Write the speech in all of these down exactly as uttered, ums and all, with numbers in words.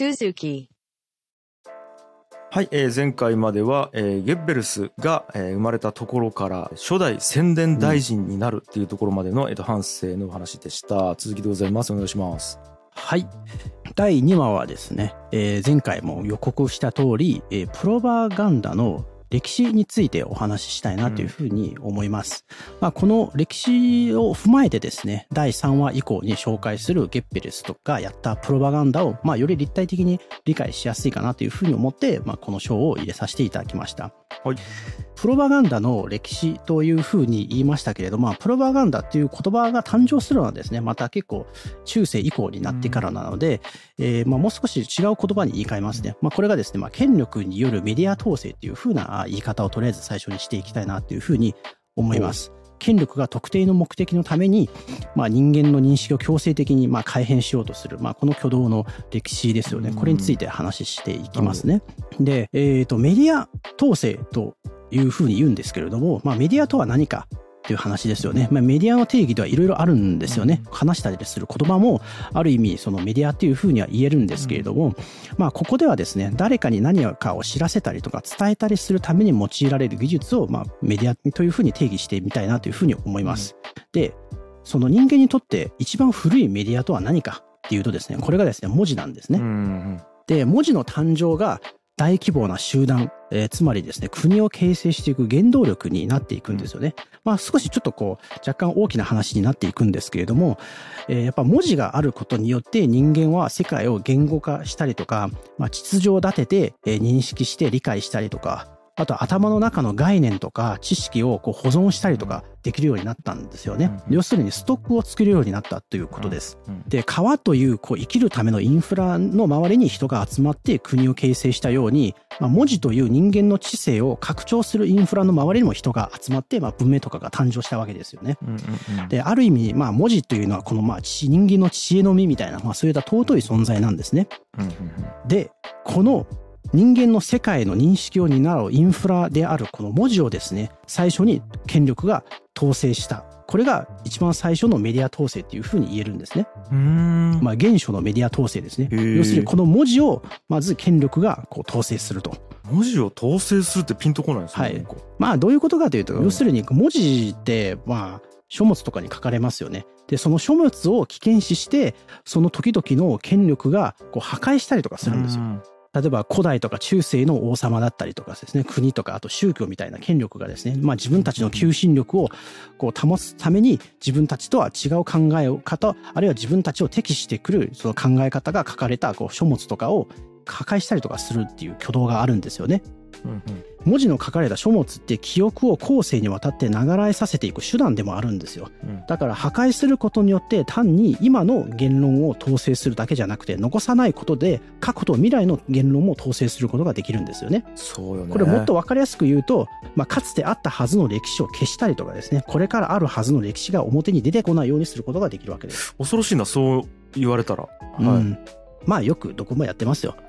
Suzuki。 はい、えー、前回までは、えー、ゲッベルスが、えー、生まれたところから初代宣伝大臣になるっていうところまでの、うん、えーと、半生のお話でした。続きでございます。お願いします。 はい。だいにわはですね、えー、前回も予告した通り、えー、プロパガンダの歴史についてお話ししたいなというふうに思います。うんまあ、この歴史を踏まえてですね、だいさんわ以降に紹介するゲッベルスとかやったプロパガンダを、まあ、より立体的に理解しやすいかなというふうに思って、まあ、この章を入れさせていただきました。 はい。 プロパガンダの歴史というふうに言いましたけれども、プロパガンダっていう言葉が誕生するのはですね、また結構中世以降になってからなので、えー、まあもう少し違う言葉に言い換えますね。まあこれがですね、まあ権力によるメディア統制っていうふうな言い方をとりあえず最初にしていきたいなというふうに思います。権力が特定の目的のために、まあ、人間の認識を強制的にまあ改変しようとする、まあ、この挙動の歴史ですよね。これについて話していきますね。で、えーと、メディア統制というふうに言うんですけれども、まあ、メディアとは何かっていう話ですよね。まあ、メディアの定義ではいろいろあるんですよね。話したりする言葉もある意味そのメディアっていうふうには言えるんですけれども、まあここではですね、誰かに何かを知らせたりとか伝えたりするために用いられる技術をまあメディアというふうに定義してみたいなというふうに思います。で、その人間にとって一番古いメディアとは何かっていうとですね、これがですね、文字なんですね。で、文字の誕生が大規模な集団、えー、つまりですね、国を形成していく原動力になっていくんですよね。まあ少しちょっとこう、若干大きな話になっていくんですけれども、えー、やっぱ文字があることによって人間は世界を言語化したりとか、まあ秩序を立てて、えー、認識して理解したりとか、あと頭の中の概念とか知識をこう保存したりとかできるようになったんですよね。要するにストックを作るようになったということです。で、川というこう生きるためのインフラの周りに人が集まって国を形成したように、まあ、文字という人間の知性を拡張するインフラの周りにも人が集まって、まあ、文明とかが誕生したわけですよね。で、ある意味、まあ、文字というのはこのまあ人間の知恵の実みたいな、まあ、そういった尊い存在なんですね。で、この人間の世界の認識を担うインフラであるこの文字をですね、最初に権力が統制した。これが一番最初のメディア統制っていうふうに言えるんですね。 うーんまあ原初のメディア統制ですね。要するにこの文字をまず権力がこう統制すると。 文字を統制するってピンとこないですね。 はい。まあどういうことかというと、要するに文字ってまあ書物とかに書かれますよね。で、その書物を危険視して、その時々の権力がこう破壊したりとかするんですよ。例えば古代とか中世の王様だったりとかですね、国とかあと宗教みたいな権力がですね、まあ自分たちの求心力をこう保つために自分たちとは違う考え方、あるいは自分たちを敵してくるその考え方が書かれたこう書物とかを破壊したりとかするっていう挙動があるんですよね。うんうん、文字の書かれた書物って記憶を後世にわたって流れさせていく手段でもあるんですよ。うん、だから破壊することによって単に今の言論を統制するだけじゃなくて、残さないことで過去と未来の言論も統制することができるんですよね。 そうよね。 これもっと分かりやすく言うと、まあ、かつてあったはずの歴史を消したりとかですね、これからあるはずの歴史が表に出てこないようにすることができるわけです。 恐ろしいな、そう言われたら。 うん、はい。まあよくどこもやってますよ。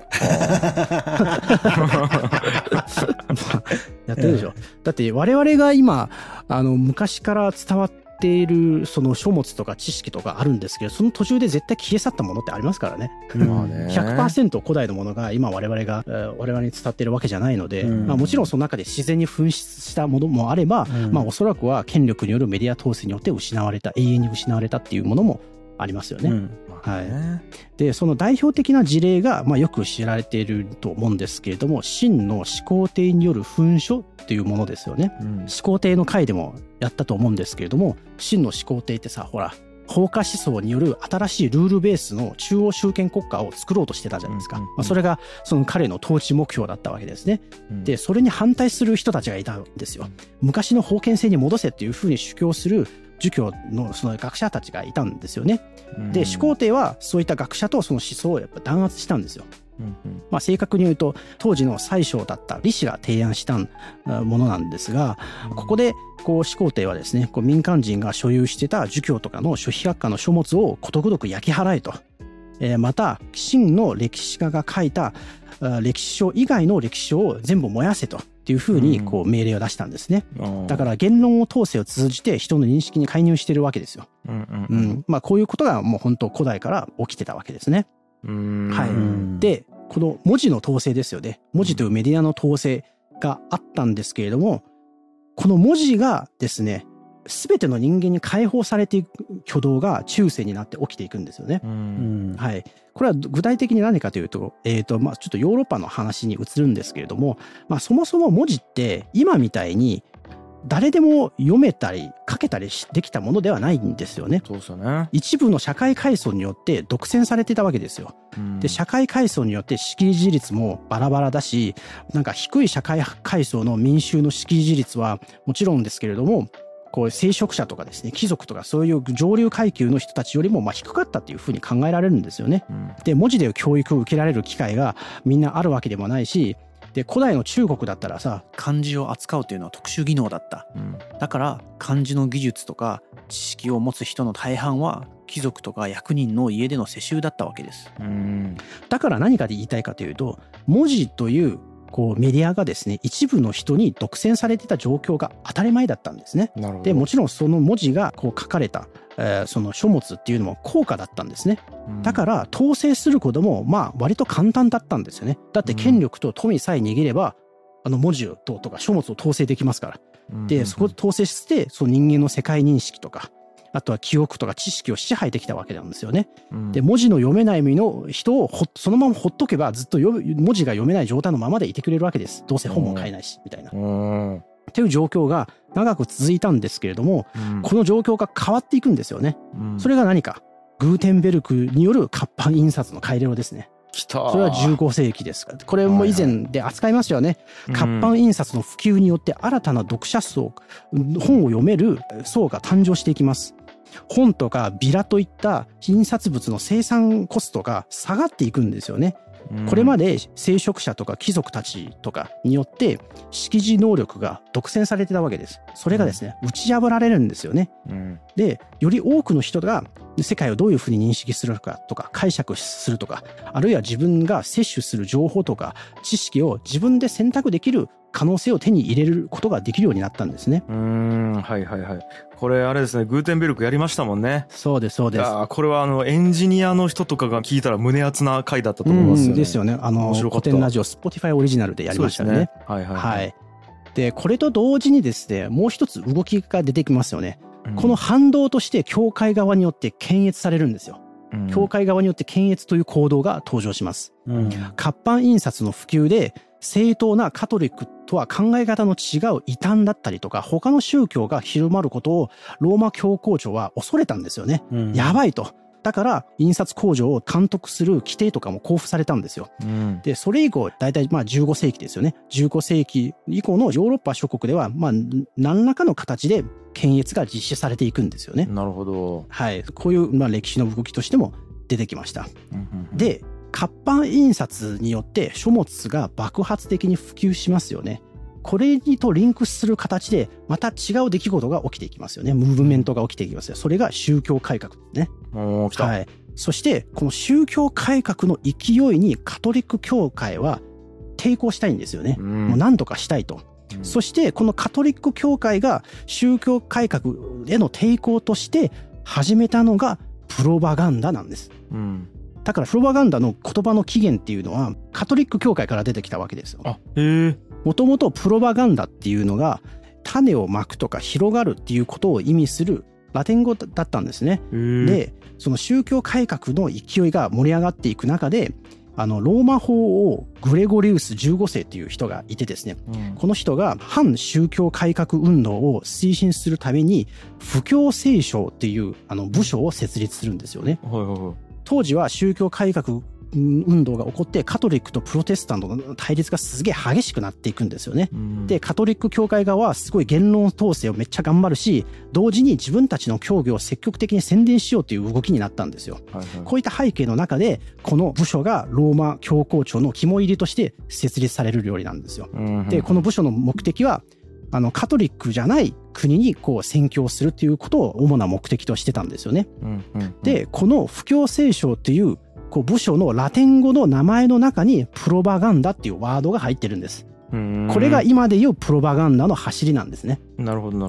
やってるでしょ。だって我々が今あの昔から伝わっているその書物とか知識とかあるんですけど、その途中で絶対消え去ったものってありますからね。まあね ひゃくパーセント 古代のものが今我々が我々に伝わっているわけじゃないので、まあ、もちろんその中で自然に噴出したものもあれば、まあおそらくは権力によるメディア統制によって失われた、永遠に失われたっていうものもありますよね。うんはい、でその代表的な事例が、まあ、よく知られていると思うんですけれども、秦の始皇帝による焚書というものですよね。うん、始皇帝の回でもやったと思うんですけれども、秦の始皇帝ってさ、ほら法家思想による新しいルールベースの中央集権国家を作ろうとしてたじゃないですか。うんうんうんまあ、それがその彼の統治目標だったわけですね。うん、でそれに反対する人たちがいたんですよ。昔の封建制に戻せっていうふうに主張する儒教のその学者たちがいたんですよね。で始皇帝はそういった学者とその思想をやっぱ弾圧したんですよ。うんうんまあ、正確に言うと当時の宰相だった李氏が提案したものなんですが、ここでこう始皇帝はですね、こう民間人が所有してた儒教とかの諸非学科の書物をことごとく焼き払えと、えー、また秦の歴史家が書いた歴史書以外の歴史書を全部燃やせとっていうふうにこう命令を出したんですね。うん、だから言論を統制を通じて人の認識に介入してるわけですよ。うんうんうんうん、まあこういうことがもう本当古代から起きてたわけですね。 うーんはい。で、この文字の統制ですよね。文字というメディアの統制があったんですけれども、この文字がですね、すべての人間に解放されていく挙動が中世になって起きていくんですよね。 うん、 はい。これは具体的に何かというと、えっと、まあ、ちょっとヨーロッパの話に移るんですけれども、まあ、そもそも文字って今みたいに誰でも読めたり書けたりできたものではないんですよね。 そうですよね。 一部の社会階層によって独占されてたわけですよ。 うん、 で、社会階層によって識字率もバラバラだし、なんか低い社会階層の民衆の識字率はもちろんですけれども、こう聖職者とかですね、貴族とかそういう上流階級の人たちよりもまあ低かったっていうふうに考えられるんですよね。うん、で、文字で教育を受けられる機会がみんなあるわけでもないし、で、古代の中国だったらさ、漢字を扱うというのは特殊技能だった。うん、だから漢字の技術とか知識を持つ人の大半は貴族とか役人の家での世襲だったわけです。うん、だから何かで言いたいかというと、文字というこうメディアがですね、一部の人に独占されてた状況が当たり前だったんですね。なるほど。で、もちろんその文字がこう書かれた、えー、その書物っていうのも高価だったんですね。うん、だから統制することもまあ割と簡単だったんですよね。だって権力と富さえ握れば、うん、あの文字ととか書物を統制できますから。うん、で、そこで統制してその人間の世界認識とか、あとは記憶とか知識を支配できたわけなんですよね。うん、で、文字の読めない身の人をほそのままほっとけばずっと文字が読めない状態のままでいてくれるわけです。どうせ本も買えないし、みたいな。っていう状況が長く続いたんですけれども、うん、この状況が変わっていくんですよね。うん、それが何か、グーテンベルクによる活版印刷の改良ですね。 来た。 それはじゅうごせいきですから。これも以前で扱いますよね。はいはい、活版印刷の普及によって新たな読者層、本を読める層が誕生していきます。本とかビラといった印刷物の生産コストが下がっていくんですよね。うん、これまで聖職者とか貴族たちとかによって識字能力が独占されてたわけです。それがですね、うん、打ち破られるんですよね。うん、で、より多くの人が世界をどういうふうに認識するかとか解釈するとか、あるいは自分が摂取する情報とか知識を自分で選択できる可能性を手に入れることができるようになったんですね。 うーん、はいはいはい。これあれですね、グーテンベルクやりましたもんね。 そうですそうです。 あ、これはあのエンジニアの人とかが聞いたら胸熱な回だったと思いますよね。 うんですよね。あの古典ラジオ Spotify オリジナルでやりましたよね。 はいはい、 はい。で、これと同時にですね、もう一つ動きが出てきますよね。うん、この反動として教会側によって検閲されるんですよ。うん、教会側によって検閲という行動が登場します。うん、活版印刷の普及で正当なカトリックとは考え方の違う異端だったりとか他の宗教が広まることをローマ教皇庁は恐れたんですよね。うん、やばいと。だから印刷工場を監督する規定とかも交付されたんですよ。うん、で、それ以降、だいたいまあじゅうごせいきですよね。じゅうごせいき以降のヨーロッパ諸国では、まあ何らかの形で検閲が実施されていくんですよね。 なるほど。 はい。こういうまあ歴史の動きとしても出てきました。うんうんうん、で、活版印刷によって書物が爆発的に普及しますよね。これにとリンクする形でまた違う出来事が起きていきますよね。ムーブメントが起きていきますよ。それが宗教改革ですね。 おー、来た。 はい。そしてこの宗教改革の勢いにカトリック教会は抵抗したいんですよね。うん、もう何とかしたいと。うん、そしてこのカトリック教会が宗教改革への抵抗として始めたのがプロパガンダなんです。うん、だからプロパガンダの言葉の起源っていうのはカトリック教会から出てきたわけですよ。 あ、へえ。 もともとプロパガンダっていうのが種をまくとか広がるっていうことを意味するラテン語だったんですね。で、その宗教改革の勢いが盛り上がっていく中で、あのローマ法王グレゴリウスじゅうごせいっていう人がいてですね、うん、この人が反宗教改革運動を推進するために布教聖書っていうあの部署を設立するんですよね。はいはいはい、当時は宗教改革運動が起こってカトリックとプロテスタントの対立がすげえ激しくなっていくんですよね。うん、で、カトリック教会側はすごい言論統制をめっちゃ頑張るし、同時に自分たちの教義を積極的に宣伝しようという動きになったんですよ。はいはい、こういった背景の中でこの部署がローマ教皇庁の肝入りとして設立されるようになんですよ。うんうん、で、この部署の目的はあのカトリックじゃない国にこう宣教するということを主な目的としてたんですよね。うんうんうん、で、この布教聖書っていうこう部署のラテン語の名前の中にプロパガンダっていうワードが入ってるんです。これが今でいうプロパガンダの走りなんですね。 なるほどなるほど。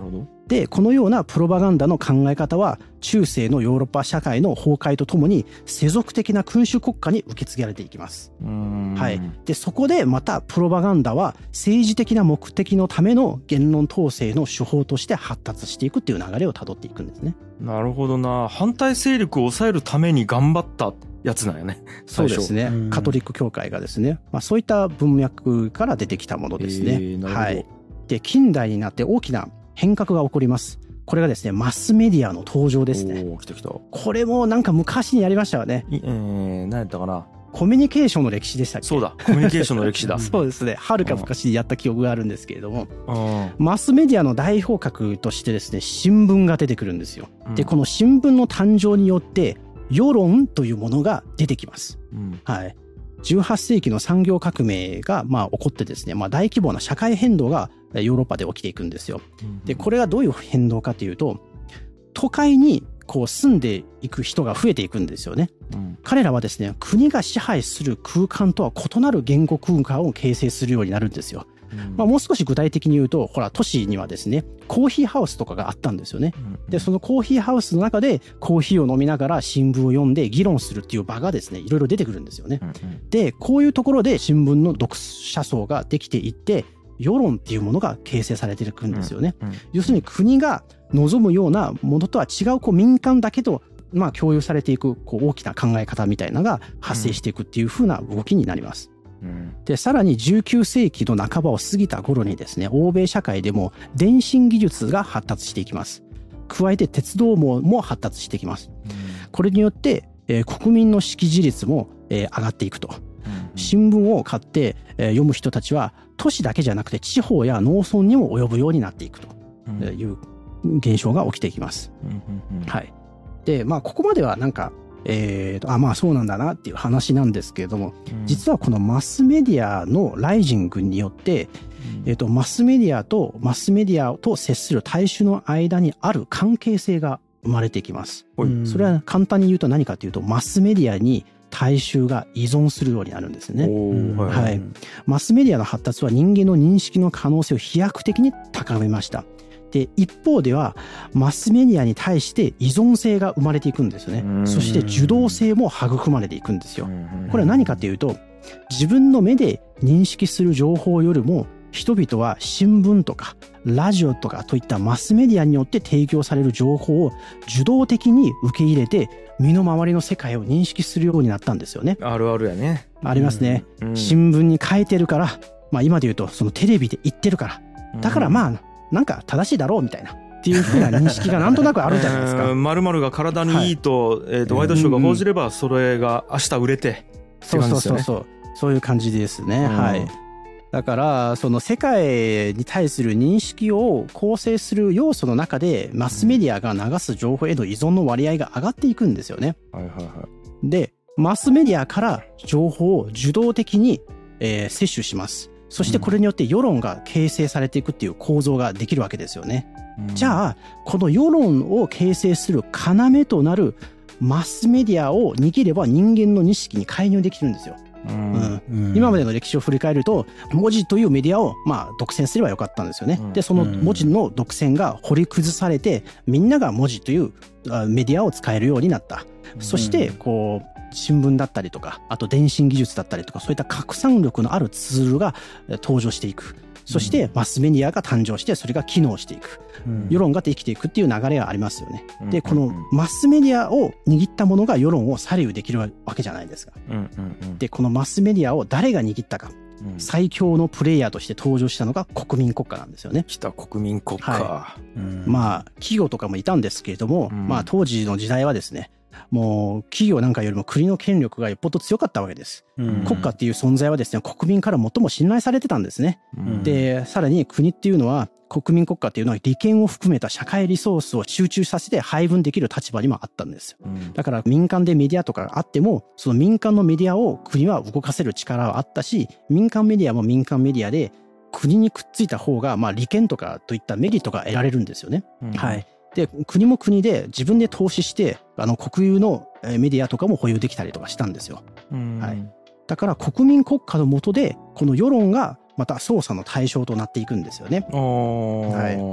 で、このようなプロパガンダの考え方は中世のヨーロッパ社会の崩壊とともに世俗的な君主国家に受け継がれていきます。 うーんはい。で、そこでまたプロパガンダは政治的な目的のための言論統制の手法として発達していくっていう流れをたどっていくんですね。 なるほどな。反対勢力を抑えるために頑張ったやつなんよね。 そうですね。カトリック教会がですね、まあ、そういった文脈から出てきたものですね。 えー、なるほど。 はい。で、近代になって大きな変革が起こります。これがですね、マスメディアの登場ですね。 おー、来た来た。 これもなんか昔にやりましたよね。 いえー、何やったかな。 コミュニケーションの歴史でしたっけ？ そうだ、コミュニケーションの歴史だ。 そうですね。はるか昔にやった記憶があるんですけれども、 うん、 マスメディアの代表格としてですね、新聞が出てくるんですよ。 うん、 で、この新聞の誕生によって、世論というものが出てきます。 うん、 はい。じゅうはっせいきの産業革命がまあ起こってですね、まあ、大規模な社会変動がヨーロッパで起きていくんですよ。で、これがどういう変動かというと、都会にこう住んでいく人が増えていくんですよね。うん、彼らはですね、国が支配する空間とは異なる言語空間を形成するようになるんですよ。うん、まあ、もう少し具体的に言うと、ほら、都市にはですね、コーヒーハウスとかがあったんですよね。うん、で、そのコーヒーハウスの中でコーヒーを飲みながら新聞を読んで議論するっていう場がですね、いろいろ出てくるんですよね。うん、で、こういうところで新聞の読者層ができていって、世論っていうものが形成されていくんですよね。うんうん、要するに国が望むようなものとは違うこう民間だけど、まあ、共有されていくこう大きな考え方みたいなのが発生していくっていう風な動きになります。うん、で、さらにじゅうきゅうせいきの半ばを過ぎた頃にですね、欧米社会でも電信技術が発達していきます。加えて鉄道網も発達していきます。うん、これによって、えー、国民の識字率も、えー、上がっていくと。新聞を買って、えー、読む人たちは都市だけじゃなくて地方や農村にも及ぶようになっていくという現象が起きていきます。うんうんうん、はい。で、まあここまではなんか、えーと、あ、まあそうなんだなっていう話なんですけれども、うん、実はこのマスメディアのライジングによって、うん、えーと、マスメディアとマスメディアと接する大衆の間にある関係性が生まれてきます。うん、それは簡単に言うと何かというと、マスメディアに大衆が依存するようになるんですね。はいはい、マスメディアの発達は人間の認識の可能性を飛躍的に高めました。で、一方ではマスメディアに対して依存性が生まれていくんですよね。そして受動性も育まれていくんですよ。これは何かというと、自分の目で認識する情報よりも人々は新聞とかラジオとかといったマスメディアによって提供される情報を受動的に受け入れて身の回りの世界を認識するようになったんですよね。 あるあるやね。 ありますね。うん、新聞に書いてるから、まあ今で言うとそのテレビで言ってるから、だからまあなんか正しいだろうみたいなっていうふうな認識がなんとなくあるじゃないですか。 〇〇が体にいいと、はい、えーとワイドショーが報じればそれが明日売れてって感じですよね。そうそうそうそう、そういう感じですね。うん、はい。だからその世界に対する認識を構成する要素の中でマスメディアが流す情報への依存の割合が上がっていくんですよね。はいはいはい。で、マスメディアから情報を受動的に、えー、摂取します。そしてこれによって世論が形成されていくっていう構造ができるわけですよね。うん、じゃあこの世論を形成する要となるマスメディアを握れば人間の認識に介入できるんですよ。うんうん、今までの歴史を振り返ると文字というメディアをまあ独占すればよかったんですよね。で、その文字の独占が掘り崩されてみんなが文字というメディアを使えるようになった。そしてこう新聞だったりとか、あと電信技術だったりとか、そういった拡散力のあるツールが登場していく。そしてマスメディアが誕生してそれが機能していく、うん、世論ができていくっていう流れがありますよね。うん、で、このマスメディアを握ったものが世論を左右できるわけじゃないですか。うんうんうん、で、このマスメディアを誰が握ったか、うん、最強のプレイヤーとして登場したのが国民国家なんですよね。 来た、国民国家。はい、 うん、まあ企業とかもいたんですけれども、うん、まあ当時の時代はですね、もう企業なんかよりも国の権力がよっぽど強かったわけです。うん、国家っていう存在はですね、国民から最も信頼されてたんですね。うん、で、さらに国っていうのは、国民国家っていうのは利権を含めた社会リソースを集中させて配分できる立場にもあったんですよ。うん、だから民間でメディアとかがあっても、その民間のメディアを国は動かせる力はあったし、民間メディアも民間メディアで国にくっついた方が、まあ利権とかといったメリットが得られるんですよね。うん、はい。で、国も国で自分で投資して、あの国有のメディアとかも保有できたりとかしたんですよ。はい。だから国民国家の下で、この世論がまた操作の対象となっていくんですよね。 はい。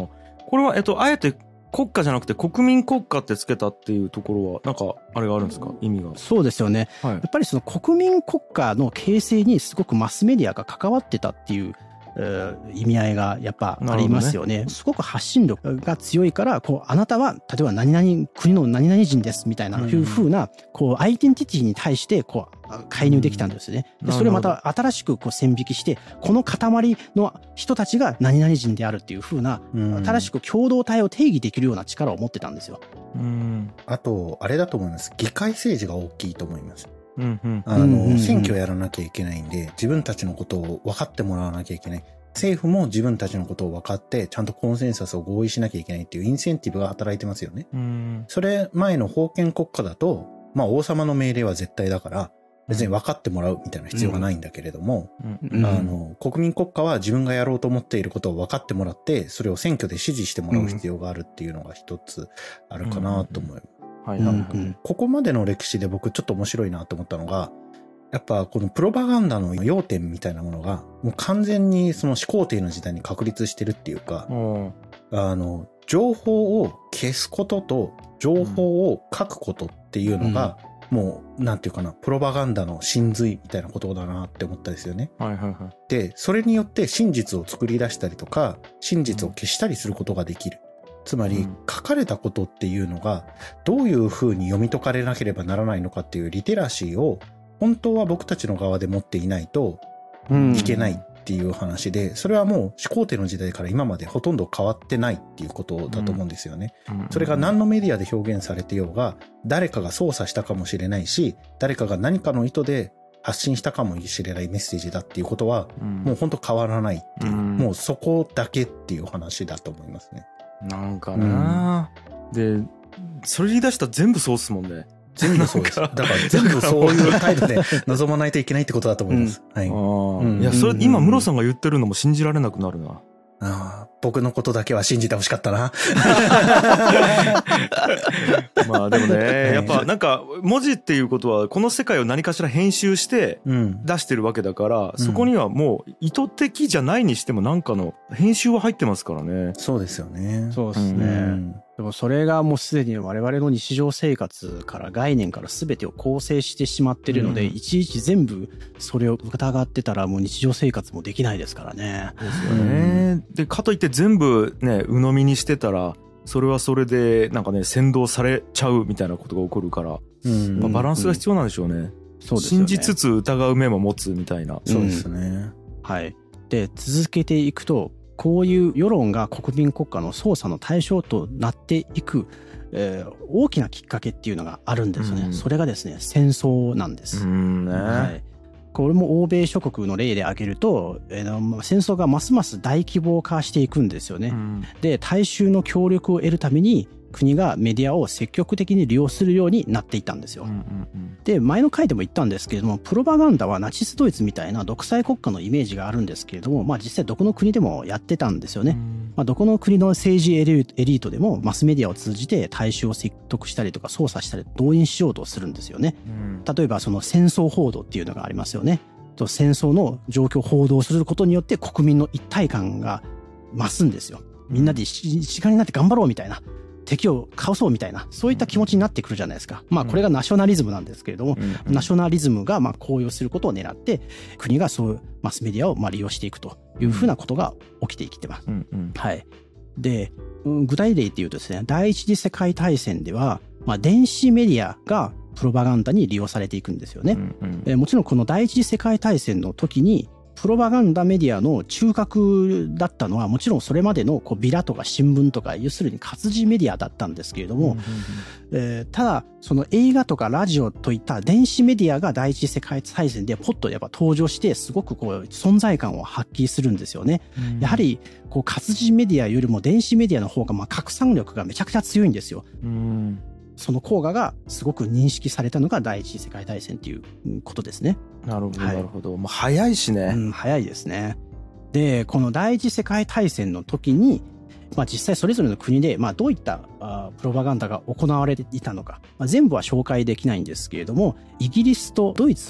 これは、えっと、あえて国家じゃなくて国民国家ってつけたっていうところは、なんか、あれがあるんですか？意味が。 そうですよね。はい、やっぱりその国民国家の形成にすごくマスメディアが関わってたっていう、えー、意味合いがやっぱありますよね。ね、すごく発信力が強いから、こう、あなたは、例えば何々、国の何々人ですみたいな、いうふうな、こう、アイデンティティに対して、こう、介入できたんですね。でそれをまた新しくこう線引きして、この塊の人たちが何々人であるっていう風な、新しく共同体を定義できるような力を持ってたんですよ。 うん、あと、あれだと思います。議会政治が大きいと思います。うんうん、あの、うんうん、選挙やらなきゃいけないんで、自分たちのことを分かってもらわなきゃいけない。政府も自分たちのことを分かって、ちゃんとコンセンサスを合意しなきゃいけないっていうインセンティブが働いてますよね。うん、それ前の封建国家だと、まあ王様の命令は絶対だから、別に分かってもらうみたいな必要がないんだけれども、うん、あの、国民国家は自分がやろうと思っていることを分かってもらって、それを選挙で支持してもらう必要があるっていうのが一つあるかなと思います。はいはいはい。ここまでの歴史で僕ちょっと面白いなと思ったのが、やっぱこのプロパガンダの要点みたいなものが、もう完全にその始皇帝の時代に確立してるっていうか、あの、情報を消すことと情報を書くことっていうのが、うんもう、なんていうかな、プロパガンダの真髄みたいなことだなって思ったんですよね。はいはいはい。で、それによって真実を作り出したりとか、真実を消したりすることができる。うん、つまり、書かれたことっていうのが、どういう風に読み解かれなければならないのかっていうリテラシーを、本当は僕たちの側で持っていないといけないっていう話で、それはもう始皇帝の時代から今までほとんど変わってないっていうことだと思うんですよね。それが何のメディアで表現されてようが、誰かが操作したかもしれないし、誰かが何かの意図で発信したかもしれないメッセージだっていうことは、もう本当変わらないっていう、もうそこだけっていう話だと思いますね。 なんかな、うん、で、それ言い出したら全部そうっすもんね。 全部そうです。だから全部そういう態度で臨まないといけないってことだと思います。うん、はい。 うん、いや、それ、今、ムロさんが言ってるのも信じられなくなるな。 ああ、僕のことだけは信じてほしかったな。 まあでもね、やっぱなんか文字っていうことはこの世界を何かしら編集して出してるわけだから、うん、そこにはもう意図的じゃないにしてもなんかの編集は入ってますからね。 そうですよね。 そうですね。うん、でもそれがもうすでに我々の日常生活から概念から全てを構成してしまってるので、うん、いちいち全部それを疑ってたらもう日常生活もできないですからね。 ですよね。うん、でかといって全部ね鵜呑みにしてたらそれはそれでなんかね扇動されちゃうみたいなことが起こるから、うんまあ、バランスが必要なんでしょうね。うん、そうですよね。信じつつ疑う目も持つみたいな。 そうですね。うん、 はい。で続けていくとこういう世論が国民国家の操作の対象となっていく、えー、大きなきっかけっていうのがあるんですね。うん、それがですね戦争なんです。うんねはい、これも欧米諸国の例で挙げると、えー、戦争がますます大規模化していくんですよね。うん、で大衆の協力を得るために国がメディアを積極的に利用するようになっていったんですよ。うんうんうん、で前の回でも言ったんですけれどもプロパガンダはナチスドイツみたいな独裁国家のイメージがあるんですけれども、まあ、実際どこの国でもやってたんですよね。うんまあ、どこの国の政治エリートでもマスメディアを通じて大衆を説得したりとか操作したり動員しようとするんですよね。うん、例えばその戦争報道っていうのがありますよね。と戦争の状況を報道することによって国民の一体感が増すんですよ。みんなで一丸になって頑張ろうみたいな。敵を倒そうみたいなそういった気持ちになってくるじゃないですか。まあこれがナショナリズムなんですけれども、うんうん、ナショナリズムがまあ高揚することを狙って国がそういうマスメディアをまあ利用していくというふうなことが起きてきてます。うんうん、はい。で具体例っていうとですね第一次世界大戦ではまあ電子メディアがプロパガンダに利用されていくんですよね。うんうんえー、もちろんこの第一次世界大戦の時にプロパガンダメディアの中核だったのはもちろんそれまでのこうビラとか新聞とか要するに活字メディアだったんですけれども、うんうんうんえー、ただその映画とかラジオといった電子メディアが第一次世界大戦でポッとやっぱ登場してすごくこう存在感を発揮するんですよね。うん、やはりこう活字メディアよりも電子メディアの方がまあ拡散力がめちゃくちゃ強いんですよ。うんその効果がすごく認識されたのが第一次世界大戦っていうことですね。 なるほど、なるほど。まあ、早いしね。 うん、早いですね。で、この第一次世界大戦の時に、まあ実際それぞれの国で、まあどういったあプロパガンダが行われていたのか、まあ、全部は紹介できないんですけれども、イギリスとドイツを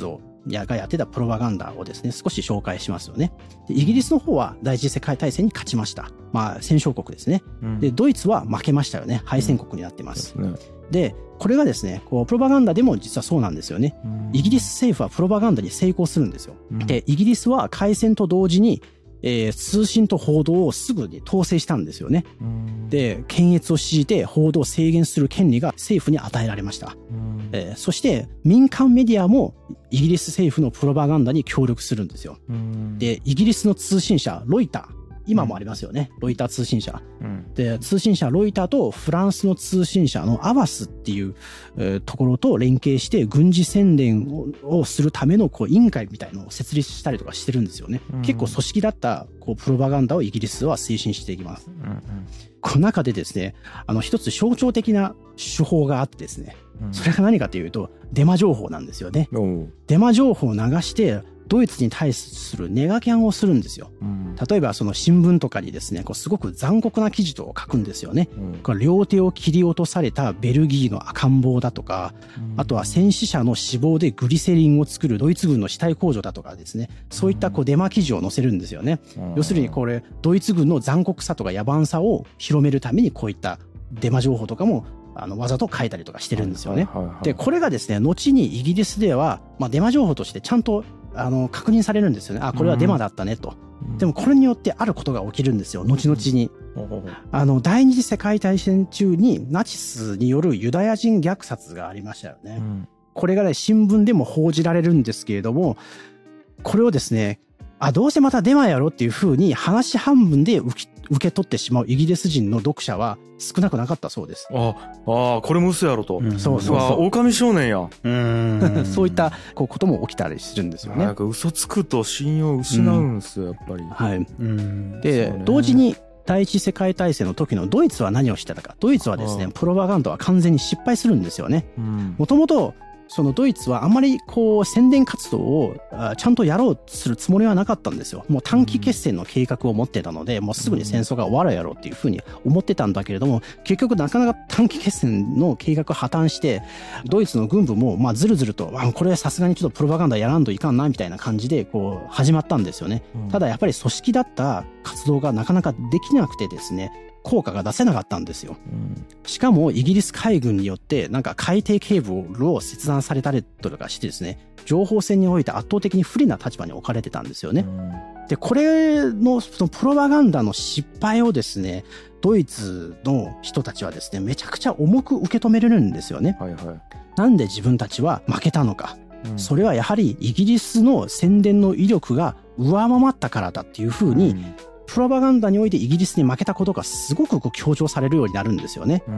やがやってたプロパガンダをですね、少し紹介しますよね。でイギリスの方は第一次世界大戦に勝ちました。まあ戦勝国ですね。うん、でドイツは負けましたよね。敗戦国になってます。うん、でこれがですね、こうプロパガンダでも実はそうなんですよね。うん、イギリス政府はプロパガンダに成功するんですよ。うん、でイギリスは開戦と同時にえー、通信と報道をすぐに統制したんですよね。で、検閲を強いて報道を制限する権利が政府に与えられました。えー、そして民間メディアもイギリス政府のプロパガンダに協力するんですよ。で、イギリスの通信社ロイター、今もありますよね。ロイター通信社。うん、で、通信社ロイターとフランスの通信社のアバスっていう、えー、ところと連携して軍事宣伝を、をするためのこう委員会みたいなのを設立したりとかしてるんですよね。うん、結構組織だったこうプロパガンダをイギリスは推進していきます。うんうん、この中でですね、あの一つ象徴的な手法があってですね、うん、それが何かというとデマ情報なんですよね。デマ情報を流してドイツに対するネガキャンをするんですよ。うん、例えばその新聞とかにですね、こうすごく残酷な記事と書くんですよね。うん、これ両手を切り落とされたベルギーの赤ん坊だとか、うん、あとは戦死者の死亡でグリセリンを作るドイツ軍の死体工場だとかですね、そういったこうデマ記事を載せるんですよね。うん、要するにこれドイツ軍の残酷さとか野蛮さを広めるためにこういったデマ情報とかもあのわざと書いたりとかしてるんですよね。で、これがですね、後にイギリスでは、まあ、デマ情報としてちゃんとあの確認されるんですよね。あ、これはデマだったねと。うん、でもこれによってあることが起きるんですよ、後々に。うん、あの第二次世界大戦中にナチスによるユダヤ人虐殺がありましたよね。うん、これがね、新聞でも報じられるんですけれども、これをですね、あ、どうせまたデマやろっていうふうに話半分で受け受け取ってしまうイギリス人の読者は少なくなかったそうです。 ああ、これも嘘やろと。うん、 そうそうそう。 狼少年や。 うんそういったこうことも起きたりするんですよね。 なんか嘘つくと信用を失うんですよ、うん、やっぱり。 はい。うんで、ね、同時に第一次世界大戦の時のドイツは何をしてたか。ドイツはですね、プロパガンダは完全に失敗するんですよね。もともとそのドイツはあんまりこう宣伝活動をちゃんとやろうとするつもりはなかったんですよ。もう短期決戦の計画を持ってたので、もうすぐに戦争が終わるやろうっていうふうに思ってたんだけれども、結局なかなか短期決戦の計画破綻して、ドイツの軍部もまあずるずると、あ、これさすがにちょっとプロパガンダやらんといかんなみたいな感じでこう始まったんですよね。ただやっぱり組織だった活動がなかなかできなくてですね、効果が出せなかったんですよ。うん、しかもイギリス海軍によってなんか海底ケーブルを切断されたりとかしてですね、情報戦において圧倒的に不利な立場に置かれてたんですよね。うん、で、これのそのプロパガンダの失敗をですね、ドイツの人たちはですね、めちゃくちゃ重く受け止めれるんですよね。はいはい、なんで自分たちは負けたのか。うん、それはやはりイギリスの宣伝の威力が上回ったからだっていうふうに、うん、プロパガンダにおいてイギリスに負けたことがすごくこう強調されるようになるんですよね。うん、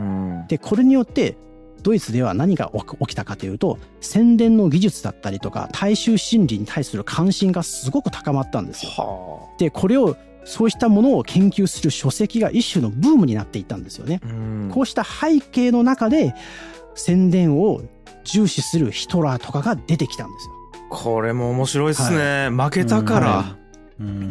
で、これによってドイツでは何が起きたかというと、宣伝の技術だったりとか大衆心理に対する関心がすごく高まったんですよ。はあ、で、これをそうしたものを研究する書籍が一種のブームになっていったんですよね。うん、こうした背景の中で宣伝を重視するヒトラーとかが出てきたんですよ。 これも面白いですね。はい、負けたから。うんはいうんうん、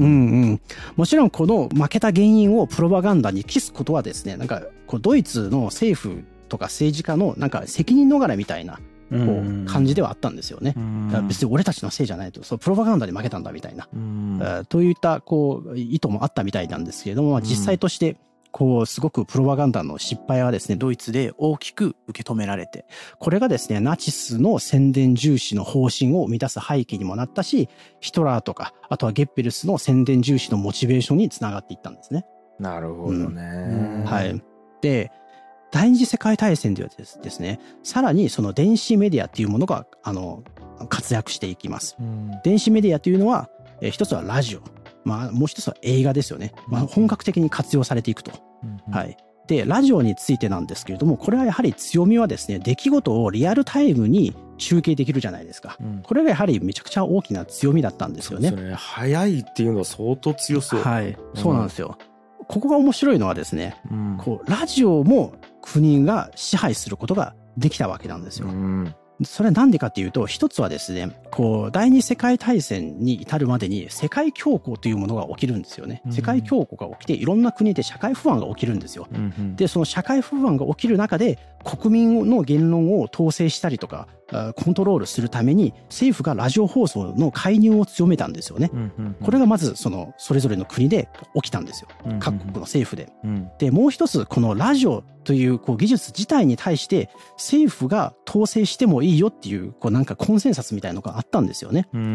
もちろんこの負けた原因をプロパガンダに帰すことはですね、なんかこうドイツの政府とか政治家のなんか責任逃れみたいなこう感じではあったんですよね。別に俺たちのせいじゃないと、そうプロパガンダに負けたんだみたいな、といったこう意図もあったみたいなんですけれども、まあ、実際としてこうすごくプロパガンダの失敗はですね、ドイツで大きく受け止められて、これがですね、ナチスの宣伝重視の方針を満たす背景にもなったし、ヒトラーとかあとはゲッベルスの宣伝重視のモチベーションにつながっていったんですね。 なるほどね、うん、 はい。で、第二次世界大戦ではですね、さらにその電子メディアっていうものがあの活躍していきます。うん、電子メディアというのは、え一つはラジオ、まあ、もう一つは映画ですよね。まあ、本格的に活用されていくと。うんうん、はい。で、ラジオについてなんですけれども、これはやはり強みはですね、出来事をリアルタイムに中継できるじゃないですか。うん、これがやはりめちゃくちゃ大きな強みだったんですよね。 そうですね。早いっていうのは相当強そう。 はい。そうなんですよ。うん、ここが面白いのはですね、うん、こう、ラジオも国が支配することができたわけなんですよ。うんそれはなんでかっていうと、一つはですね、こう、第二世界大戦に至るまでに世界恐慌というものが起きるんですよね。世界恐慌が起きて、いろんな国で社会不安が起きるんですよ。うんうん、で、その社会不安が起きる中で、国民の言論を統制したりとか、コントロールするために、政府がラジオ放送の介入を強めたんですよね。うんうんうん、これがまず、その、それぞれの国で起きたんですよ。うんうん、各国の政府で。うん、で、もう一つ、このラジオというこう技術自体に対して、政府が統制してもいいよっていう、こうなんかコンセンサスみたいなのがあったんですよね。うん、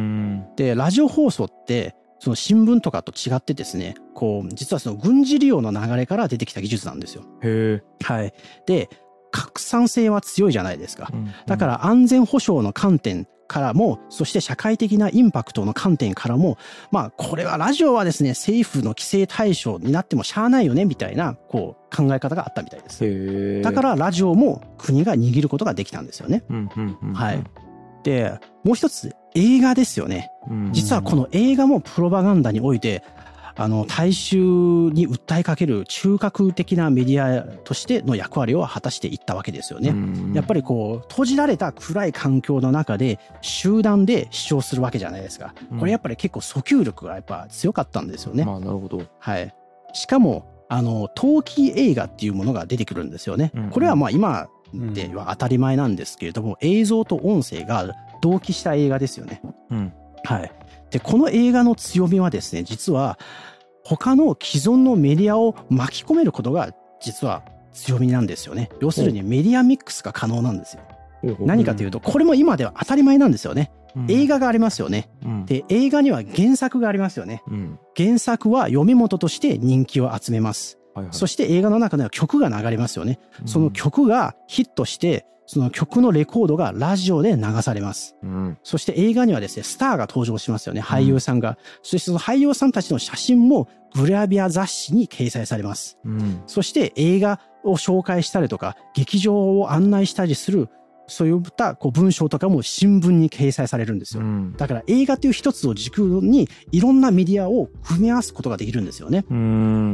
で、ラジオ放送って、その新聞とかと違ってですね、こう、実はその軍事利用の流れから出てきた技術なんですよ。 へー。 はい。で、拡散性は強いじゃないですか。うんうん、だから安全保障の観点からも、そして社会的なインパクトの観点からも、まあ、これはラジオはですね、政府の規制対象になってもしゃあないよね、みたいな、こう、考え方があったみたいです。 へー。 だからラジオも国が握ることができたんですよね。 うんうんうんうん、 はい。で、もう一つ、映画ですよね。実はこの映画もプロパガンダにおいて、あの、大衆に訴えかける中核的なメディアとしての役割を果たしていったわけですよね。やっぱりこう、閉じられた暗い環境の中で集団で主張するわけじゃないですか。これやっぱり結構訴求力がやっぱ強かったんですよね。 まあ、なるほど。 はい。しかも、あの、陶器映画っていうものが出てくるんですよね。これはまあ今では当たり前なんですけれども、映像と音声が同期した映画ですよね。うん。はい。で、この映画の強みはですね、実は他の既存のメディアを巻き込めることが実は強みなんですよね。要するにメディアミックスが可能なんですよ。何かというと、これも今では当たり前なんですよね。うん、映画がありますよね、うん。で、映画には原作がありますよね。うん、原作は読み物として人気を集めます。はいはい、そして映画の中では曲が流れますよね。うん、その曲がヒットして、その曲のレコードがラジオで流されます。うん、そして映画にはですね、スターが登場しますよね。俳優さんが。うん、そしてその俳優さんたちの写真もグラビア雑誌に掲載されます。うん、そして映画を紹介したりとか、劇場を案内したりする、そういったこう文章とかも新聞に掲載されるんですよ。うん、だから映画という一つを軸にいろんなメディアを組み合わすことができるんですよね。うん、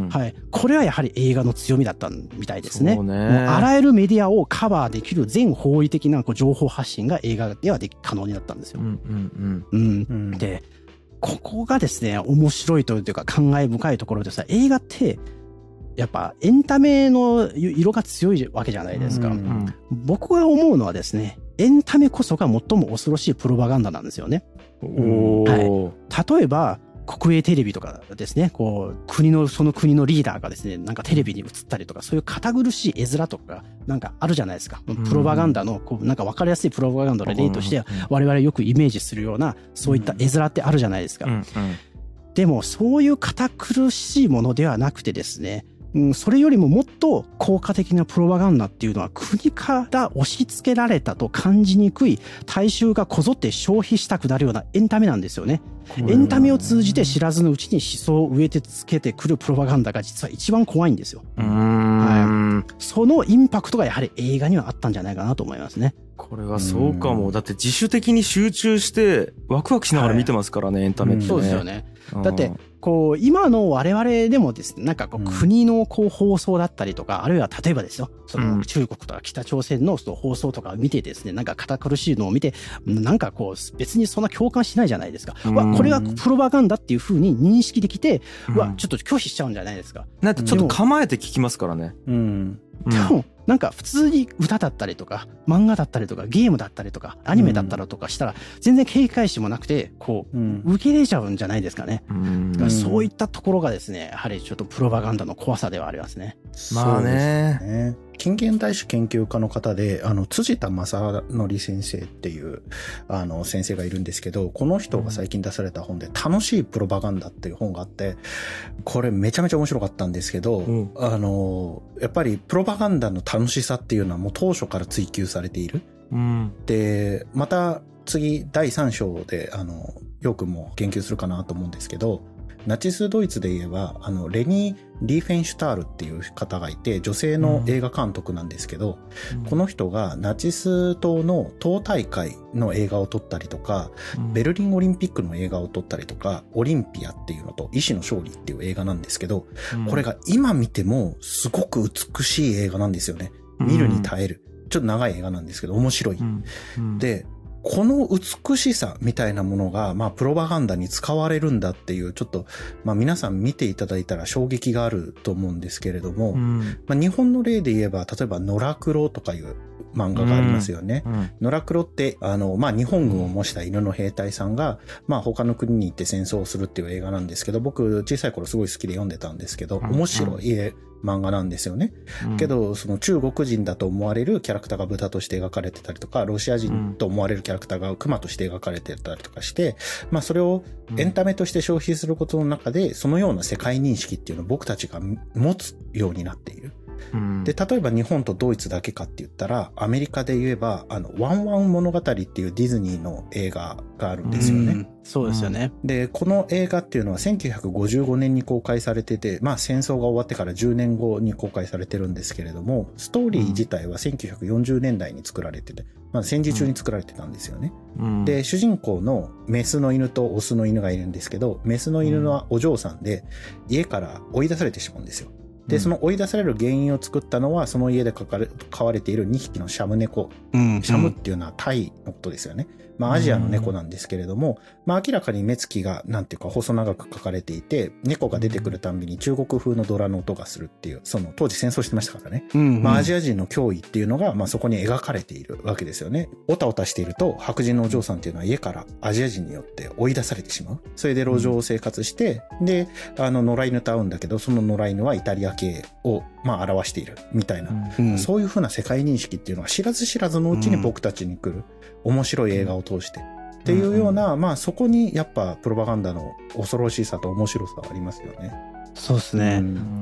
はい。これはやはり映画の強みだったみたいですね。そうね。もうあらゆるメディアをカバーできる全方位的なこう情報発信が映画ではで可能になったんですよ。うんうんうんうん、で、ここがですね、面白いというか感慨深いところでさ、映画ってやっぱエンタメの色が強いわけじゃないですか。うんうん、僕が思うのはですね、エンタメこそが最も恐ろしいプロパガンダなんですよね。おー。はい。例えば、国営テレビとかですね、こう、国の、その国のリーダーがですね、なんかテレビに映ったりとか、そういう堅苦しい絵面とか、なんかあるじゃないですか。プロパガンダの、こう、なんか分かりやすいプロパガンダの例として、我々よくイメージするような、そういった絵面ってあるじゃないですか。うんうん、でも、そういう堅苦しいものではなくてですね、うん、それよりももっと効果的なプロパガンダっていうのは国から押し付けられたと感じにくい大衆がこぞって消費したくなるようなエンタメなんですよね。エンタメを通じて知らずのうちに思想を植え付けてくるプロパガンダが実は一番怖いんですよ。うーん、はい。そのインパクトがやはり映画にはあったんじゃないかなと思いますね。 これはそうかも。だって自主的に集中してワクワクしながら見てますからね、はい、エンタメってね。 そうですよね。だって、こう、今の我々でもですね、なんかこう、国のこう放送だったりとか、あるいは例えばですよ、その中国とか北朝鮮のその放送とかを見てですね、なんか堅苦しいのを見て、なんかこう、別にそんな共感しないじゃないですか。うん、わ、これはプロパガンダっていう風に認識できて、うん、わ、ちょっと拒否しちゃうんじゃないですか。 なんかちょっと構えて聞きますからね。うん。 でも、なんか普通に歌だったりとか、漫画だったりとか、ゲームだったりとか、アニメだったりとかしたら、全然警戒心もなくて、こう、うん、受け入れちゃうんじゃないですかね。うん、だからそういったところがですね、やはりちょっとプロパガンダの怖さではありますね。 まあね。 近現代史研究家の方で、あの、辻田正則先生っていう、あの、先生がいるんですけど、この人が最近出された本で、楽しいプロパガンダっていう本があって、これめちゃめちゃ面白かったんですけど、うん、あの、やっぱりプロパガンダの楽しさっていうのはもう当初から追求されている。うん、で、また次だいさん章で、あの、よくも言及するかなと思うんですけど、ナチスドイツで言えば、あの、レニー・リーフェンシュタールっていう方がいて、女性の映画監督なんですけど、うん、この人がナチス党の党大会の映画を撮ったりとか、うん、ベルリンオリンピックの映画を撮ったりとか、オリンピアっていうのと、意志の勝利っていう映画なんですけど、うん、これが今見てもすごく美しい映画なんですよね。見るに耐える。 ちょっと長い映画なんですけど面白い。 うんうん、 で、この美しさみたいなものが、まあ、プロパガンダに使われるんだっていう、ちょっと、まあ、皆さん見ていただいたら衝撃があると思うんですけれども、うん、まあ、日本の例で言えば、例えば、野良黒とかいう漫画がありますよね。うんうん、野良黒って、あの、まあ、日本軍を模した犬の兵隊さんが、まあ、他の国に行って戦争をするっていう映画なんですけど、僕、小さい頃すごい好きで読んでたんですけど、面白い、うん漫画なんですよね、うん、けどその中国人だと思われるキャラクターが豚として描かれてたりとか、ロシア人と思われるキャラクターが熊として描かれてたりとかして、まあそれをエンタメとして消費することの中でそのような世界認識っていうのを僕たちが持つようになっている。うん、で、例えば日本とドイツだけかって言ったら、アメリカで言えば、あの、ワンワン物語っていうディズニーの映画があるんですよね。うん、 そうですよね、 うん。で、この映画っていうのはせんきゅうひゃくごじゅうごねんに公開されてて、まあ戦争が終わってからじゅうねんごに公開されてるんですけれども、ストーリー自体はせんきゅうひゃくよんじゅうねんだいに作られてて、まあ戦時中に作られてたんですよね。うん、で、主人公のメスの犬とオスの犬がいるんですけど、メスの犬のお嬢さんで家から追い出されてしまうんですよ。で、その追い出される原因を作ったのは、その家で飼われているにひきのシャム猫。うん、シャムっていうのはタイのことですよね。まあアジアの猫なんですけれども、まあ明らかに目つきがなんていうか細長く描かれていて、猫が出てくるたんびに中国風のドラの音がするっていう、その当時戦争してましたからね。うんうん、まあアジア人の脅威っていうのが、まあそこに描かれているわけですよね。おたおたしていると白人のお嬢さんっていうのは家からアジア人によって追い出されてしまう。それで路上を生活して、うん、で、あの野良犬と会うんだけど、その野良犬はイタリア系をまあ表しているみたいな、うん、そういう風な世界認識っていうのは知らず知らずのうちに僕たちに来る面白い映画を通して、っていうような、まあそこにやっぱプロパガンダの恐ろしさと面白さはありますよね。 そうですね、うん、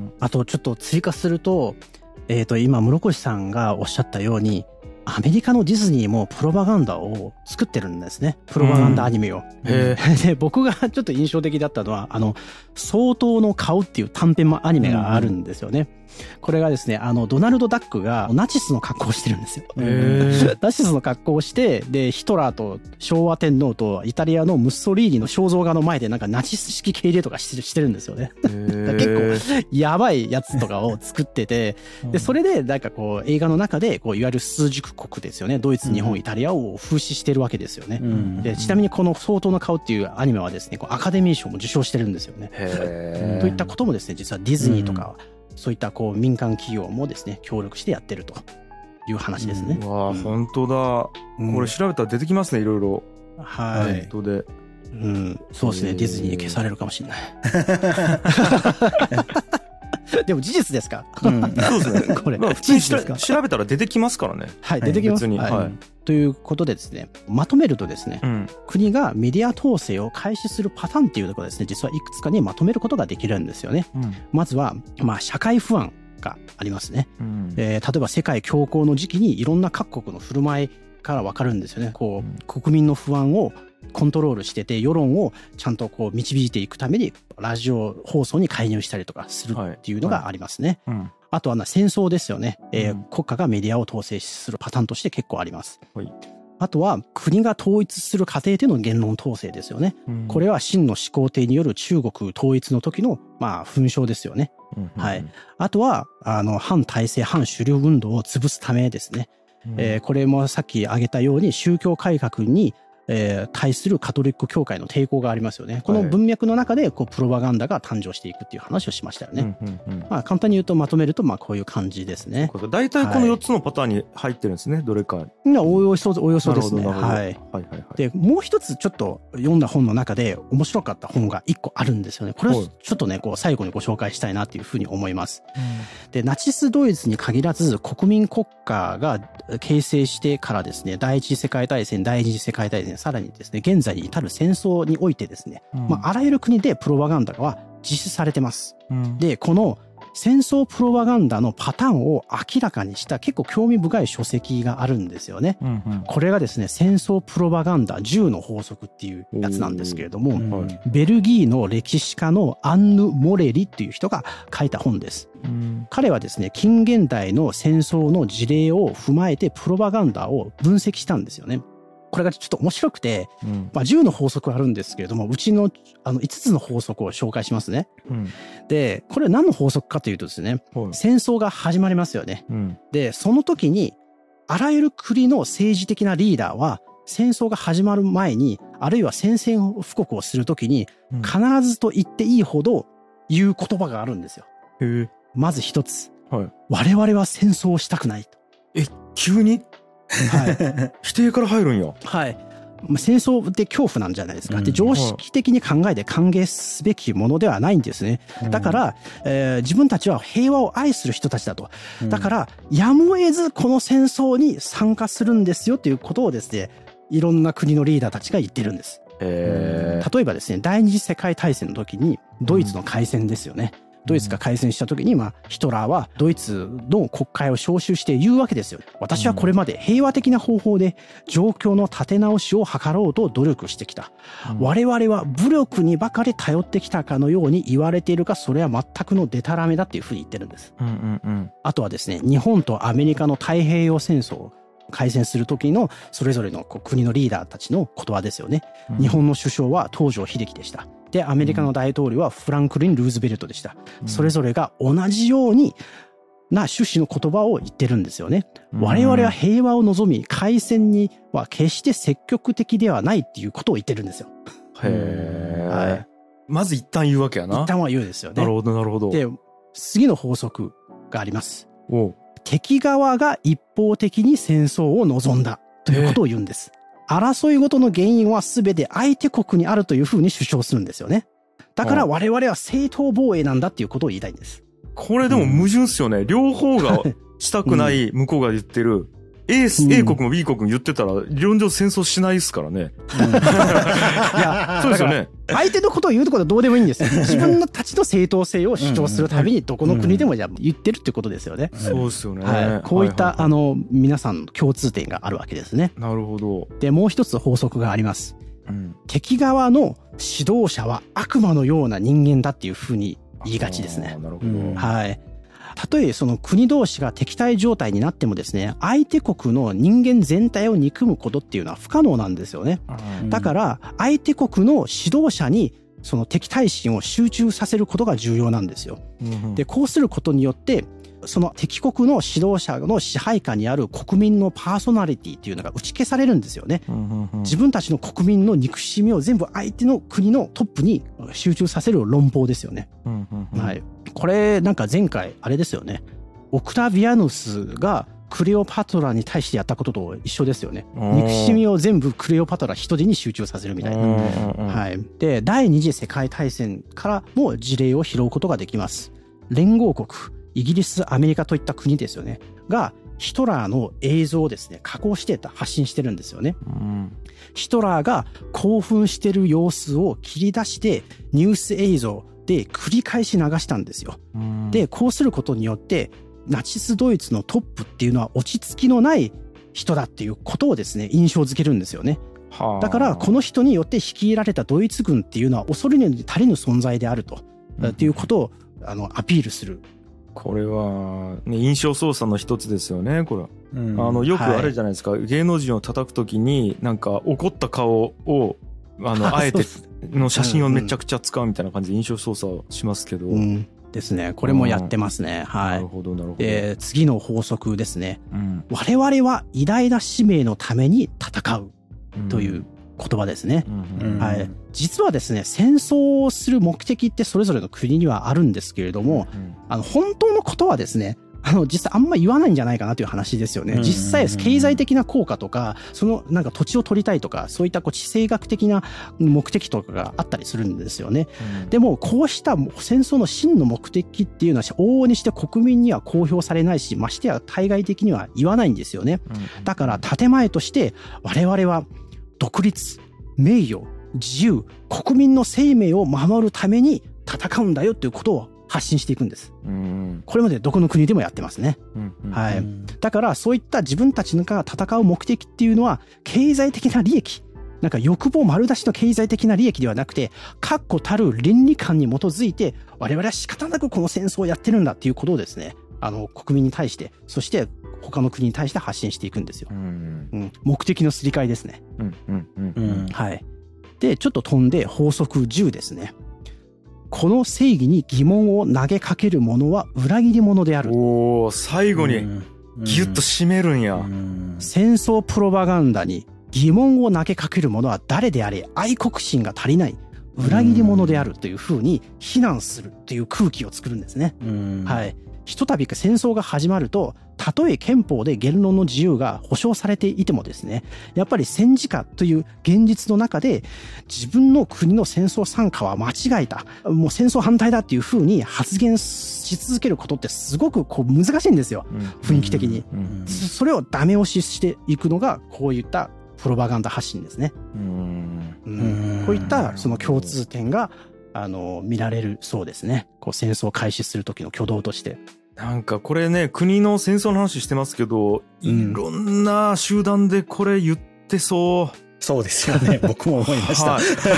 あとちょっと追加すると、えっと今室越さんがおっしゃったように、アメリカのディズニーもプロパガンダを作ってるんですね。プロパガンダアニメを。うん、で、僕がちょっと印象的だったのは、あの、相当の顔っていう短編アニメがあるんですよね。うんこれがですね、あの、ドナルド・ダックがナチスの格好をしてるんですよ。ナチスの格好をして、で、ヒトラーと昭和天皇とイタリアのムッソリーニの肖像画の前でなんかナチス式敬礼とかしてる、してるんですよね。結構やばいやつとかを作ってて、で、それでなんかこう映画の中で、こういわゆる枢軸国ですよね。ドイツ、日本、イタリアを風刺してるわけですよね。で、ちなみにこの相当の顔っていうアニメはですね、こうアカデミー賞も受賞してるんですよね。といったこともですね、実はディズニーとか、うんそういったこう民間企業もですね協力してやってるという話ですね。 うん、わあ、うん、本当だ。これ調べたら出てきますね、いろいろ。 はい。 ネットで。 うん、そうですね。ディズニーに消されるかもしれない。でも事実ですか。 うん、そうですね。これ、まあ、普通に調べたら出てきますからね。 はい、出てきます。 別に。はい。はい、 ということでですね、まとめるとですね、うん、国がメディア統制を開始するパターンっていうところですね、実はいくつかにまとめることができるんですよね。うん、まずは、まあ、社会不安がありますね。うんえー、例えば世界恐慌の時期にいろんな各国の振る舞いから分かるんですよね。こう、うん、国民の不安をコントロールしてて、世論をちゃんとこう導いていくためにラジオ放送に介入したりとかするっていうのがありますね。はいはいうん、あとはな戦争ですよね、えーうん、国家がメディアを統制するパターンとして結構あります。はい、あとは国が統一する過程での言論統制ですよね。うん、これは秦の始皇帝による中国統一の時のまあ紛争ですよね。うんうん、はい。あとはあの反体制反主流運動を潰すためですね。うんえー、これもさっき挙げたように宗教改革にえー、対するカトリック教会の抵抗がありますよね。この文脈の中でこうプロパガンダが誕生していくっていう話をしましたよね。うんうんうんまあ、簡単に言うとまとめるとまあこういう感じですね。 大体このよっつのパターンに入ってるんですね。はい、どれか。 おおよそおよそですね。はい。はいはいはい。でもう一つちょっと読んだ本の中で面白かった本が一個あるんですよね。これをちょっとねこう最後にご紹介したいなっていうふうに思います。うん、でナチスドイツに限らず国民国家が形成してからですね、第一次世界大戦、第二次世界大戦、さらにですね現在に至る戦争においてですね、うんまあ、あらゆる国でプロパガンダは実施されてます。うん、でこの戦争プロパガンダのパターンを明らかにした結構興味深い書籍があるんですよね。うんうん、これがですね戦争プロパガンダじゅうの法則っていうやつなんですけれども、うん、ベルギーの歴史家のアンヌ・モレリっていう人が書いた本です。うん、彼はですね近現代の戦争の事例を踏まえてプロパガンダを分析したんですよね。これがちょっと面白くて、うんまあ、じゅうの法則あるんですけれども、うちのあのいつつの法則を紹介しますね。うん、で、これは何の法則かというとですね、うん、戦争が始まりますよね。うん、で、その時にあらゆる国の政治的なリーダーは戦争が始まる前に、あるいは宣戦布告をするときに、必ずと言っていいほど言う言葉があるんですよ。 へえ。 まず一つ、 はい。 我々は戦争をしたくないと。 え、急に？ はい。 否定から入るんや。 はい。戦争って恐怖なんじゃないですか。で、常識的に考えて歓迎すべきものではないんですね。だから、えー、自分たちは平和を愛する人たちだと。だから、やむを得ずこの戦争に参加するんですよということをですね、いろんな国のリーダーたちが言ってるんです。 へー。 例えばですね、第二次世界大戦の時にドイツの開戦ですよね。ドイツが開戦した時に、まあ、ヒトラーはドイツの国会を招集して言うわけですよ。私はこれまで平和的な方法で状況の立て直しを図ろうと努力してきた。うん、我々は武力にばかり頼ってきたかのように言われているが、それは全くのデタラメだっていうふうに言ってるんです。うんうんうん、あとはですね、日本とアメリカの太平洋戦争、開戦する時のそれぞれの国のリーダーたちの言葉ですよね。うん、日本の首相は東條英機でした。で、アメリカの大統領はフランクリン・ルーズベルトでした。うん、それぞれが同じようにな趣旨の言葉を言ってるんですよね。うん、我々は平和を望み、開戦には決して積極的ではないっていうことを言ってるんですよ。 へー。はい。まず一旦言うわけやな。 一旦は言うですよね。 なるほど、なるほど。 で、次の法則があります。 おう。 敵側が一方的に戦争を望んだということを言うんです。争いごとの原因は全て相手国にあるというふうに主張するんですよね。だから我々は正当防衛なんだっていうことを言いたいんです。 これでも矛盾っすよね。うん、両方がしたくない向こうが言ってる。A、うん、A 国も B 国も言ってたら理論上戦争しないですからね。うん、いや、そうですよね。 相手のことを言うところはどうでもいいんですよ。自分たちの正当性を主張するためにどこの国でもじゃ言ってるってことですよね。 うん、そうですよね。 はい。こういった、はいはいはい、あの皆さんの共通点があるわけですね。 なるほど。 で、もう一つ法則があります。うん、敵側の指導者は悪魔のような人間だっていうふうに言いがちですね。 なるほど。 はい。たとえその国同士が敵対状態になってもですね、相手国の人間全体を憎むことっていうのは不可能なんですよね。うん、だから相手国の指導者にその敵対心を集中させることが重要なんですよ。うん、で、こうすることによってその敵国の指導者の支配下にある国民のパーソナリティっていうのが打ち消されるんですよね。うんうん、自分たちの国民の憎しみを全部相手の国のトップに集中させる論法ですよね。うんうんうん、はい。これなんか前回あれですよね。オクタビアヌスがクレオパトラに対してやったことと一緒ですよね。憎しみを全部クレオパトラ一人に集中させるみたいな。はい。で、第二次世界大戦からも事例を拾うことができます。連合国、イギリス、アメリカといった国ですよね。が、ヒトラーの映像をですね、加工して発信してるんですよね。うん、ヒトラーが興奮してる様子を切り出してニュース映像で繰り返し流したんですよ。うん、で、こうすることによって、ナチスドイツのトップっていうのは落ち着きのない人だっていうことをですね、印象づけるんですよね。はあ、だから、この人によって率いられたドイツ軍っていうのは恐れに足りぬ存在であると、うん、っていうことをあのアピールする。 これは、ね、印象操作の一つですよね、これ。うん、あの、よくあれじゃないですか、はい、芸能人を叩くときに、なんか怒った顔を、あの、あえての写真をめちゃくちゃ使うみたいな感じで印象操作しますけど。うん、ですね。これもやってますね。はい。 なるほど、なるほど。 で、次の法則ですね。うん、我々は偉大な使命のために戦うという言葉ですね。うんうん、はい。実はですね、戦争をする目的ってそれぞれの国にはあるんですけれども、うん、あの、本当のことはですね、あの、実際あんま言わないんじゃないかなという話ですよね。実際、経済的な効果とか、そのなんか土地を取りたいとか、そういったこう地政学的な目的とかがあったりするんですよね。うん、でも、こうした戦争の真の目的っていうのは、往々にして国民には公表されないし、ましてや対外的には言わないんですよね。うん、だから、建前として、我々は独立、名誉、自由、国民の生命を守るために戦うんだよということを発信していくんです。うん、これまでどこの国でもやってますね。うんうん、はい。だからそういった自分たちが戦う目的っていうのは経済的な利益、なんか欲望丸出しの経済的な利益ではなくて、確固たる倫理観に基づいて我々は仕方なくこの戦争をやってるんだっていうことをですね、あの国民に対して、そして他の国に対して発信していくんですよ。うんうん、目的のすり替えですね。うんうんうんうん、はい。で、ちょっと飛んで法則じゅうですね。この正義に疑問を投げかける者は裏切り者である。 おー、最後に。 ギュッと締めるんや。 戦争プロパガンダに疑問を投げかける者は誰であれ愛国心が足りない裏切り者であるというふうに非難するっていう空気を作るんですね。はい。ひとたび戦争が始まると、たとえ憲法で言論の自由が保障されていてもですね、やっぱり戦時下という現実の中で自分の国の戦争参加は間違えた、もう戦争反対だっていうふうに発言し続けることってすごくこう難しいんですよ、雰囲気的に。それをダメ押ししていくのがこういったプロパガンダ発信ですね。うんうんこういったその共通点があの見られるそうですね。こう戦争を開始する時の挙動として。 なんかこれね、国の戦争の話してますけど、いろんな集団でこれ言ってそう。 そうですよね。僕も思いました。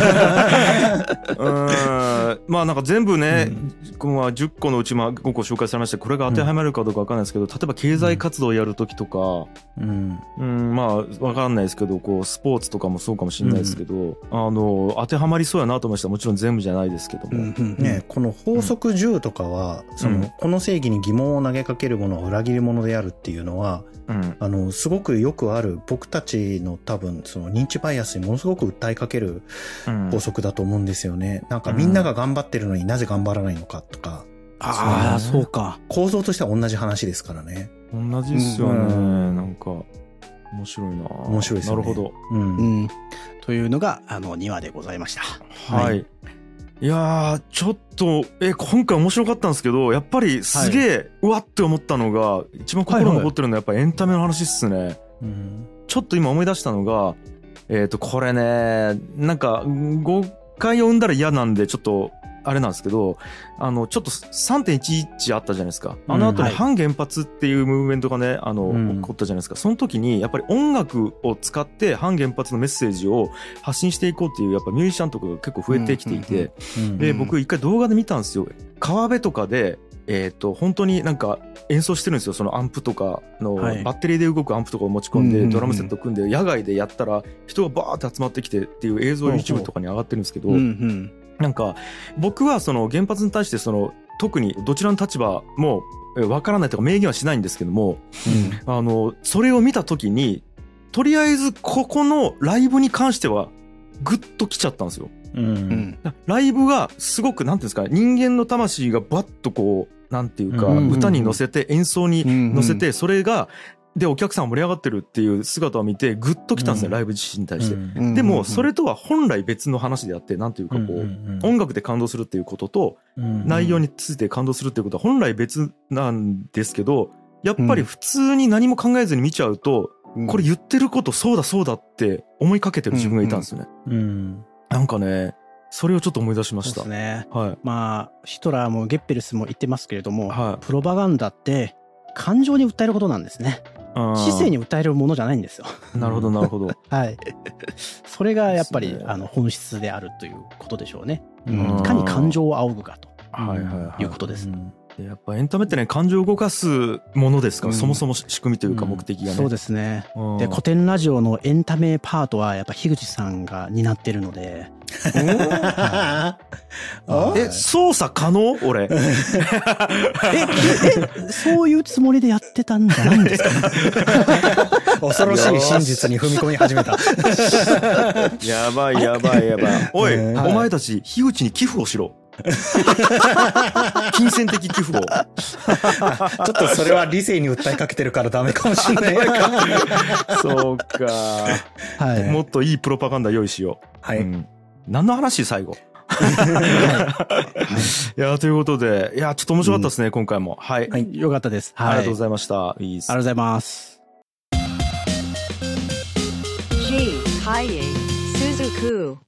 はい、うんまあなんか全部ね、うん、じゅっこのうちごこ紹介されまして、これが当てはまるかどうか分かんないですけど、例えば経済活動をやるときとか、うんうん、まあ分かんないですけど、こうスポーツとかもそうかもしれないですけど、うん、あの当てはまりそうやなと思いました。もちろん全部じゃないですけども、うんうんね、この法則じゅうとかは、うん、そのこの正義に疑問を投げかける者は裏切り者であるっていうのは、うん、あのすごくよくある僕たちの多分その認知バイアスにものすごく訴えかける法則だと思うんですよね。なんかみんなが頑張ってるのになぜ頑張らないのかとか、 うん、ああそうか、 構造としては同じ話ですからね。 同じですよね、うん、なんか面白いな。 面白いですよね。 なるほど、 うんうん、というのがあのにわでございました。 はい、はい、いやーちょっとえ今回面白かったんですけど、やっぱりすげえ、はい、うわって思ったのが、一番心に残ってるのはやっぱりエンタメの話っすね、はいはい、うん、ちょっと今思い出したのが、えっとこれね、なんか誤解を生んだら嫌なんでちょっとあれなんですけど、あのちょっと さんてんいちいち あったじゃないですか。あの後に反原発っていうムーブメントがね、あの、うん、起こったじゃないですか。その時にやっぱり音楽を使って反原発のメッセージを発信していこうっていうやっぱミュージシャンとかが結構増えてきていて、で僕一回動画で見たんですよ。川辺とかでえっと本当になんか演奏してるんですよ。そのアンプとかのバッテリーで動くアンプとかを持ち込んでドラムセット組んで野外でやったら人がバーって集まってきてっていう映像 YouTube とかに上がってるんですけど、なんか僕はその原発に対してその特にどちらの立場もわからないとか明言はしないんですけども、うん、あのそれを見た時にとりあえずここのライブに関してはグッときちゃったんですよ。うん、ライブがすごくなんていうんですか、人間の魂がバッとこうなんていうか、歌に乗せて演奏に乗せて、それがでお客さん盛り上がってるっていう姿を見てグッときたんですね、ライブ自身に対して。でもそれとは本来別の話であって、なんていうかこう音楽で感動するっていうことと内容について感動するっていうことは本来別なんですけど、やっぱり普通に何も考えずに見ちゃうと、これ言ってることそうだそうだって思いかけてる自分がいたんですよね。なんかね、それをちょっと思い出しました。 そうですね。はい。まあヒトラーもゲッペルスも言ってますけれども、はい、プロパガンダって感情に訴えることなんですね。知性に訴えるものじゃないんですよ。 なるほどなるほど。 はい。それがやっぱりあの本質であるということでしょうね。うん、いかに感情を仰ぐかということです。 やっぱエンタメってね、感情を動かすものですから、うん、そもそも仕組みというか目的がね、うん、 そうですね。で古典ラジオのエンタメパートはやっぱ樋口さんが担ってるのでえ、操作可能？俺ええそういうつもりでやってたんじゃないんですか？ 恐ろしい真実に踏み込み始めた。 やばいやばいやばい。おい、えー、お前たち樋口に寄付をしろ。金銭的寄付を。ちょっとそれは理性に訴えかけてるからダメかもしれない。 そうか、はい、もっといいプロパガンダ用意しよう。はい、うん、何の話最後。いやということで、いやちょっと面白かったですね、うん、今回も。はい、はい、 よかったです。 はい、ありがとうございました。いいです。 ありがとうございます。 G ハイエイスズク